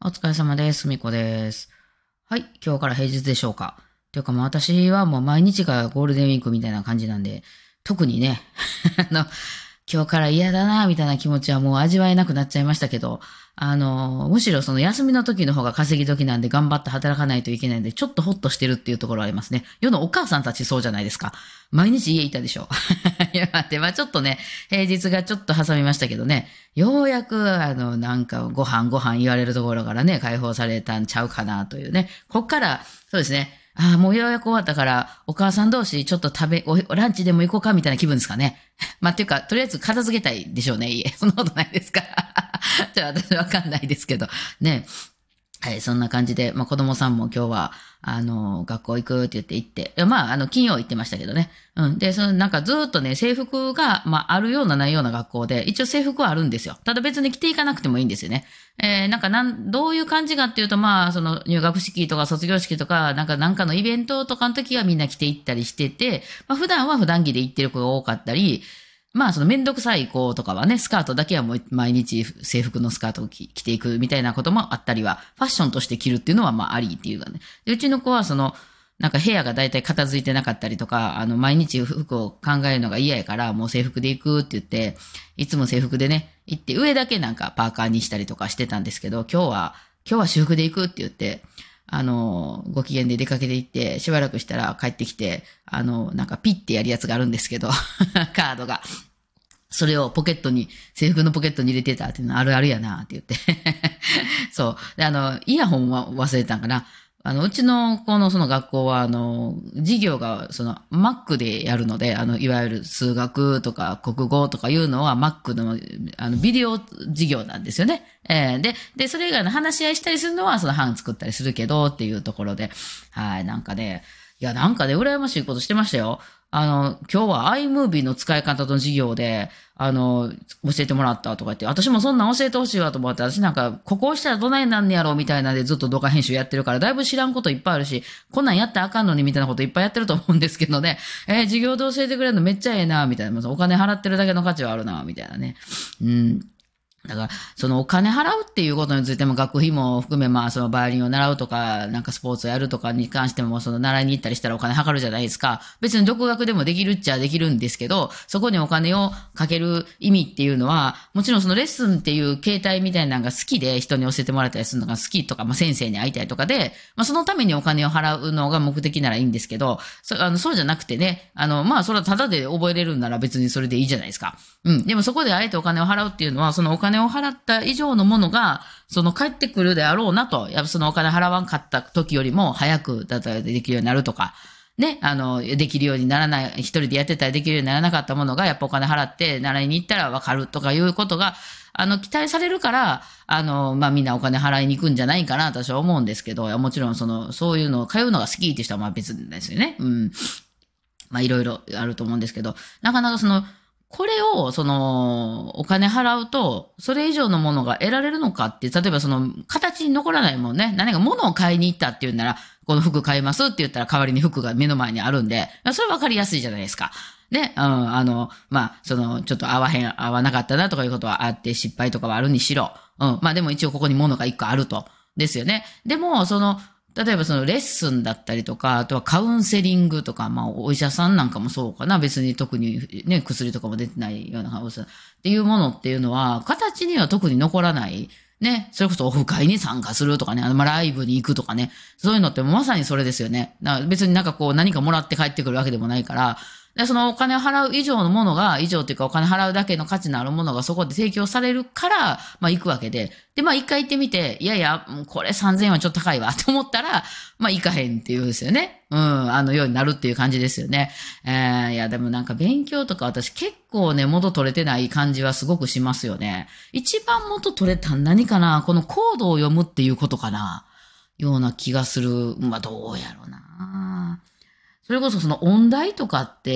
お疲れ様です。みこです。はい、今日から平日でしょうか。というか私はもう毎日がゴールデンウィークみたいな感じなんで、特にね、あの、今日から嫌だな、みたいな気持ちはもう味わえなくなっちゃいましたけど、むしろその休みの時の方が稼ぎ時なんで頑張って働かないといけないんで、ちょっとホッとしてるっていうところはありますね。世のお母さんたちそうじゃないですか。毎日家いたでしょ。いや、待って、ちょっとね、平日がちょっと挟みましたけどね、ようやく、なんかご飯言われるところからね、解放されたんちゃうかなというね。こっから、そうですね。ああ、もうようやく終わったから、お母さん同士ちょっとランチでも行こうかみたいな気分ですかね。っていうか、とりあえず片付けたいでしょうね、家。そんなことないですか。じゃあ私わかんないですけど。ね。はい、そんな感じで、子供さんも今日は、学校行くって言って行って、金曜行ってましたけどね。うん。で、なんかずっとね、制服が、あるようなないような学校で、一応制服はあるんですよ。ただ別に着ていかなくてもいいんですよね。どういう感じかっていうと、その入学式とか卒業式とか、なんかのイベントとかの時はみんな着て行ったりしてて、普段は普段着で行ってる子が多かったり、そのめんどくさい子とかはね、スカートだけはもう毎日制服のスカートを着ていくみたいなこともあったりは、ファッションとして着るっていうのはありっていうかね。でうちの子はなんか部屋がだいたい片付いてなかったりとか、毎日服を考えるのが嫌やから、もう制服で行くって言って、いつも制服でね、行って、上だけなんかパーカーにしたりとかしてたんですけど、今日は私服で行くって言って、ご機嫌で出かけて行って、しばらくしたら帰ってきて、なんかピッてやるやつがあるんですけど、カードが。それを制服のポケットに入れてたっていうのあるあるやなって言ってそう。で、イヤホンは忘れてたんかな。うちの子のその学校は、授業が、Mac でやるので、いわゆる数学とか国語とかいうのは Mac の、ビデオ授業なんですよね。で、それ以外の話し合いしたりするのは、その版作ったりするけど、っていうところで、はい、なんかね、いや、なんかね、羨ましいことしてましたよ。今日は iMovie の使い方の授業で、教えてもらったとか言って、私もそんなん教えてほしいわと思って、私なんか、ここ押したらどないなんねやろみたいなんでずっと動画編集やってるから、だいぶ知らんこといっぱいあるし、こんなんやったらあかんのにみたいなこといっぱいやってると思うんですけどね。授業で教えてくれるのめっちゃええな、みたいな。お金払ってるだけの価値はあるな、みたいなね。うん。だから、そのお金払うっていうことについても学費も含め、そのバイオリンを習うとか、なんかスポーツをやるとかに関しても、その習いに行ったりしたらお金かかるじゃないですか。別に独学でもできるっちゃできるんですけど、そこにお金をかける意味っていうのは、もちろんそのレッスンっていう形態みたいなのが好きで人に教えてもらったりするのが好きとか、先生に会いたいとかで、そのためにお金を払うのが目的ならいいんですけど、そうじゃなくてね、それはタダで覚えれるんなら別にそれでいいじゃないですか。うん。でもそこであえてお金を払うっていうのは、そのお金を払った以上のものが、帰ってくるであろうなと。やっぱそのお金払わんかった時よりも早く、だったらできるようになるとか、ね、できるようにならない、一人でやってたらできるようにならなかったものが、やっぱお金払って習いに行ったらわかるとかいうことが、期待されるから、みんなお金払いに行くんじゃないかなと私は思うんですけど、もちろんそういうのを通うのが好きっていう人は別ですよね。うん。いろいろあると思うんですけど、なかなかこれを、お金払うと、それ以上のものが得られるのかって、例えば形に残らないもんね。何か物を買いに行ったっていうんなら、この服買いますって言ったら代わりに服が目の前にあるんで、それわかりやすいじゃないですか。ね、うん、ちょっと合わなかったなとかいうことはあって、失敗とかはあるにしろ。うん、でも一応ここに物が一個あると。ですよね。でも、例えばレッスンだったりとか、あとはカウンセリングとか、お医者さんなんかもそうかな。別に特にね、薬とかも出てないようなカウンセリングっていうものっていうのは、形には特に残らない。ね。それこそオフ会に参加するとかね、ライブに行くとかね。そういうのってまさにそれですよね。別になんか何かもらって帰ってくるわけでもないから、で、そのお金を払う以上のものが、以上っていうかお金払うだけの価値のあるものがそこで提供されるから、行くわけで。で、一回行ってみて、いやいや、これ3000円はちょっと高いわって思ったら、行かへんっていうんですよね。うん、ようになるっていう感じですよね。いや、でもなんか勉強とか私結構ね、元取れてない感じはすごくしますよね。一番元取れたん何かな、このコードを読むっていうことかなような気がする。どうやろうな。それこそ音大とかって、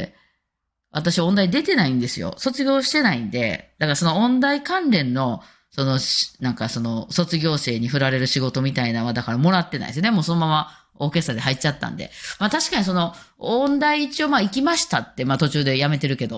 私音大出てないんですよ。卒業してないんで、だから音大関連の、卒業生に振られる仕事みたいなのは、だからもらってないですよね。もうそのままオーケストラで入っちゃったんで。確かに音大一応行きましたって、途中で辞めてるけど、っ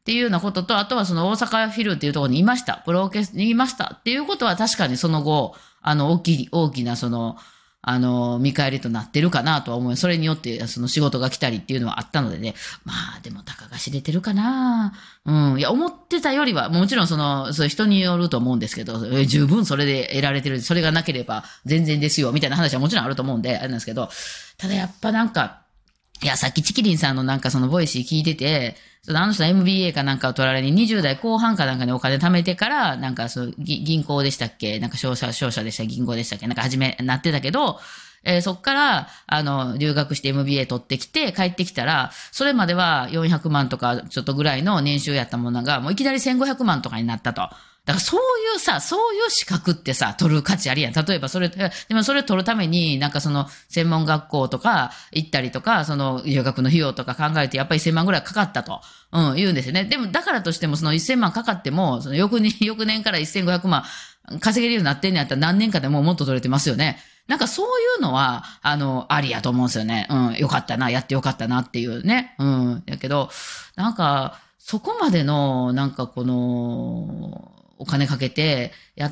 っていうようなことと、あとはその大阪フィルっていうところにいました。プロオーケスにいましたっていうことは確かにその後、大きなその、見返りとなってるかなとは思う。それによって、その仕事が来たりっていうのはあったのでね。まあ、でも、たかが知れてるかな。うん。いや、思ってたよりは、もちろんそういう人によると思うんですけど、十分それで得られてる。それがなければ全然ですよ、みたいな話はもちろんあると思うんで、あれなんですけど、ただやっぱなんか、いや、さっきチキリンさんのなんかそのボイシー聞いてて、あの人 MBA かなんかを取られに20代後半かなんかにお金貯めてから、なんか銀行でしたっけなんか商社でした銀行でしたっけなんかなってたけど、そっから、留学して MBA 取ってきて、帰ってきたら、それまでは400万とかちょっとぐらいの年収やったものが、もういきなり1500万とかになったと。だからそういう資格ってさ、取る価値ありやん。例えばでもそれ取るために、なんか専門学校とか行ったりとか、留学の費用とか考えて、やっぱり1000万ぐらいかかったと、言うんですよね。でも、だからとしても、1000万かかっても、翌年から1500万稼げるようになってんのやったら何年かでもっと取れてますよね。なんかそういうのは、ありやと思うんですよね。よかったな、やってよかったなっていうね。やけど、なんか、そこまでの、なんかお金かけてやって、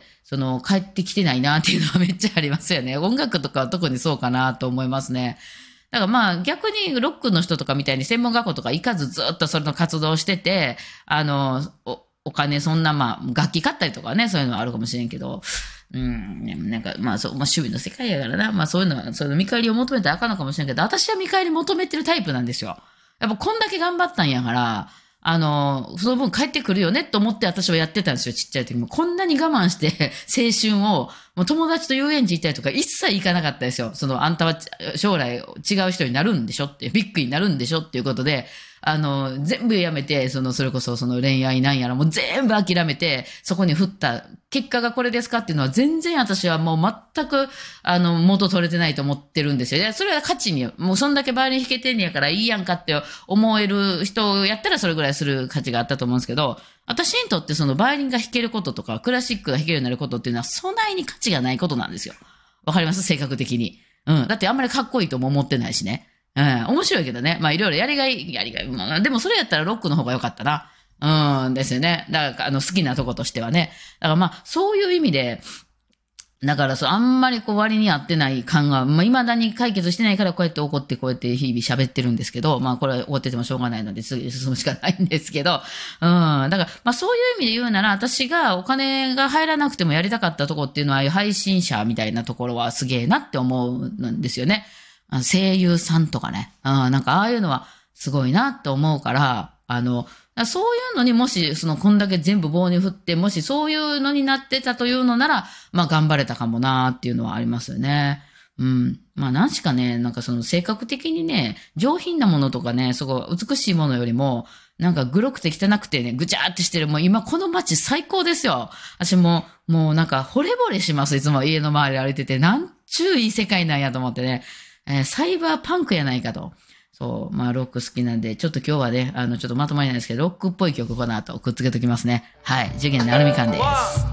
帰ってきてないなっていうのはめっちゃありますよね。音楽とかは特にそうかなと思いますね。だからまあ逆にロックの人とかみたいに専門学校とか行かずずっとそれの活動してて、お金そんなまあ楽器買ったりとかね、そういうのはあるかもしれんけど、なんかまあ趣味の世界やからな、まあそういうの見返りを求めたらあかんのかもしれんけど、私は見返り求めてるタイプなんですよ。やっぱこんだけ頑張ったんやから、その分帰ってくるよねと思って私はやってたんですよ、ちっちゃい時も。こんなに我慢して青春を、もう友達と遊園地行ったりとか一切行かなかったですよ。あんたは将来違う人になるんでしょって、ビッグになるんでしょっていうことで、全部やめて、それこそ恋愛なんやらもう全部諦めて、そこに振った結果がこれですかっていうのは全然私はもう全く、元取れてないと思ってるんですよね。それは価値に、もうそんだけバイオリン弾けてんねやからいいやんかって思える人やったらそれぐらいする価値があったと思うんですけど、私にとってバイオリンが弾けることとか、クラシックが弾けるようになることっていうのは、そないに価値がないことなんですよ。わかります性格的に。だってあんまりかっこいいとも思ってないしね。面白いけどね。まあいろいろやりがい。まあ、でもそれやったらロックの方が良かったな。ですよね。だから、好きなとことしてはね。だからまあ、そういう意味で、だからあんまり割に合ってない感が、まあ、未だに解決してないからこうやって怒ってこうやって日々喋ってるんですけど、まあこれは怒っててもしょうがないので進むしかないんですけど、だから、まあそういう意味で言うなら、私がお金が入らなくてもやりたかったとこっていうのは、配信者みたいなところはすげえなって思うんですよね。声優さんとかね。なんかああいうのはすごいなって思うから、そういうのにもし、こんだけ全部棒に振って、もしそういうのになってたというのなら、まあ頑張れたかもなっていうのはありますよね。まあ何しかね、なんか性格的にね、上品なものとかね、美しいものよりも、なんかグロくて汚くてね、ぐちゃーってしてる。もう今この街最高ですよ。私もなんか惚れ惚れします。いつも家の周り歩いてて、なんちゅういい世界なんやと思ってね。サイバーパンクやないかと。そう、まあロック好きなんで、ちょっと今日はね、ちょっとまとまりないですけど、ロックっぽい曲この後くっつけときますね。はい、次元のアルミカンです。